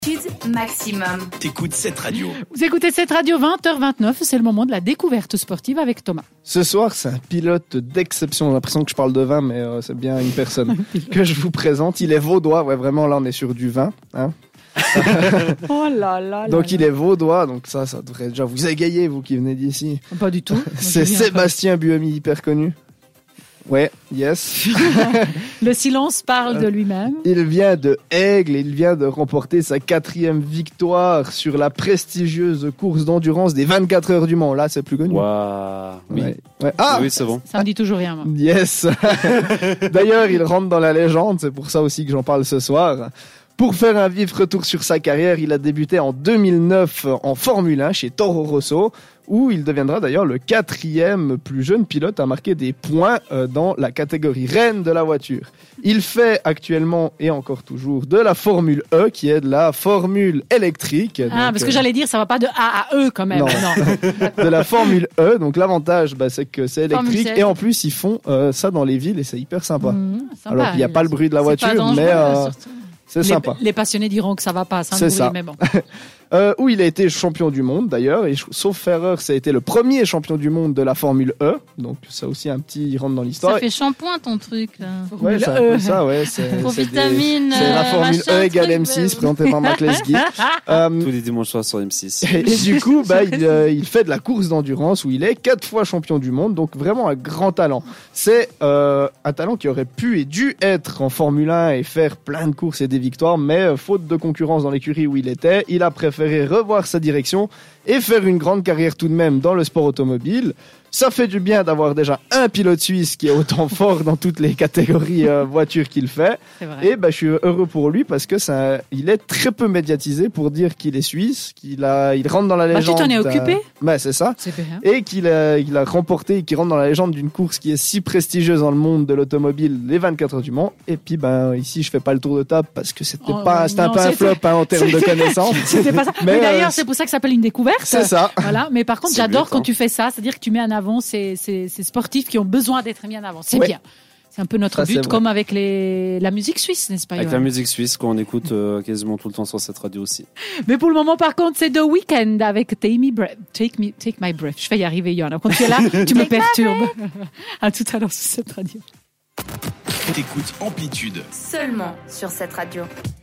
Maximum. T'écoutes cette radio. Vous écoutez cette radio 20h29, c'est le moment de la découverte sportive avec Thomas. Ce soir, c'est un pilote d'exception. J'ai l'impression que je parle de vin, mais c'est bien une personne que je vous présente. Il est vaudois, ouais, vraiment, là on est sur du vin. Hein. Oh là là. Donc il est vaudois, donc ça devrait déjà vous égayer, vous qui venez d'ici. Pas du tout. C'est Sébastien Buemi, hyper connu. Ouais, yes. Le silence parle de lui-même. Il vient de Aigle et il vient de remporter sa 4e victoire sur la prestigieuse course d'endurance des 24 heures du Mans. Là, c'est plus connu. Waouh. Oui. Ouais. Ah oui, c'est bon. Ça me dit toujours rien, moi. Yes. D'ailleurs, il rentre dans la légende, c'est pour ça aussi que j'en parle ce soir. Pour faire un vif retour sur sa carrière, il a débuté en 2009 en Formule 1 chez Toro Rosso, où il deviendra d'ailleurs le 4e plus jeune pilote à marquer des points dans la catégorie reine de la voiture. Il fait actuellement et encore toujours de la Formule E, qui est de la formule électrique. Ah, parce que j'allais dire, ça va pas de A à E quand même. Non. De la Formule E, donc l'avantage, c'est que c'est électrique et en plus ils font ça dans les villes et c'est hyper sympa. Sympa. Alors qu'il n'y a pas le bruit de la voiture, dangereux, mais c'est sympa. Les passionnés diront que ça va pas, c'est ça. Mais bon. Où il a été champion du monde d'ailleurs, et sauf erreur, ça a été le premier champion du monde de la Formule E, donc ça aussi un petit rentre dans l'histoire. Ça fait shampoing ton truc là. Ouais, c'est un peu ça, ouais. Trop vitamine. C'est la Formule E égale M6 présentée par Marc Lesguy. Tous les dimanches soirs sur M6. Et du coup, il fait de la course d'endurance où il est 4 fois champion du monde, donc vraiment un grand talent. C'est un talent qui aurait pu et dû être en Formule 1 et faire plein de courses et des victoires, mais faute de concurrence dans l'écurie où il était, il a préféré revoir sa direction et faire une grande carrière tout de même dans le sport automobile. Ça fait du bien d'avoir déjà un pilote suisse qui est autant fort dans toutes les catégories voitures qu'il fait. C'est vrai. Et je suis heureux pour lui parce que il est très peu médiatisé pour dire qu'il est suisse, il rentre dans la légende. Tu t'en es occupé ? C'est ça. C'est bien. Et qu'il a remporté, qu'il rentre dans la légende d'une course qui est si prestigieuse dans le monde de l'automobile, les 24 heures du Mans. Et puis ici je fais pas le tour de table parce que c'était un peu un flop en termes de connaissances. C'était pas ça. Mais d'ailleurs c'est pour ça que ça s'appelle une découverte. C'est ça. Voilà. Mais par contre j'adore quand tu fais ça, c'est-à-dire que tu mets en avant ces sportifs qui ont besoin d'être mis en avant. C'est bien. C'est un peu notre but, comme avec la musique suisse, n'est-ce pas? Avec la musique suisse qu'on écoute quasiment tout le temps sur cette radio aussi. Mais pour le moment, par contre, c'est The Weeknd avec Take My Breath. Je vais y arriver, Yana. Quand tu es là, tu me perturbes. À tout à l'heure sur cette radio. T'écoutes Amplitude. Seulement sur cette radio.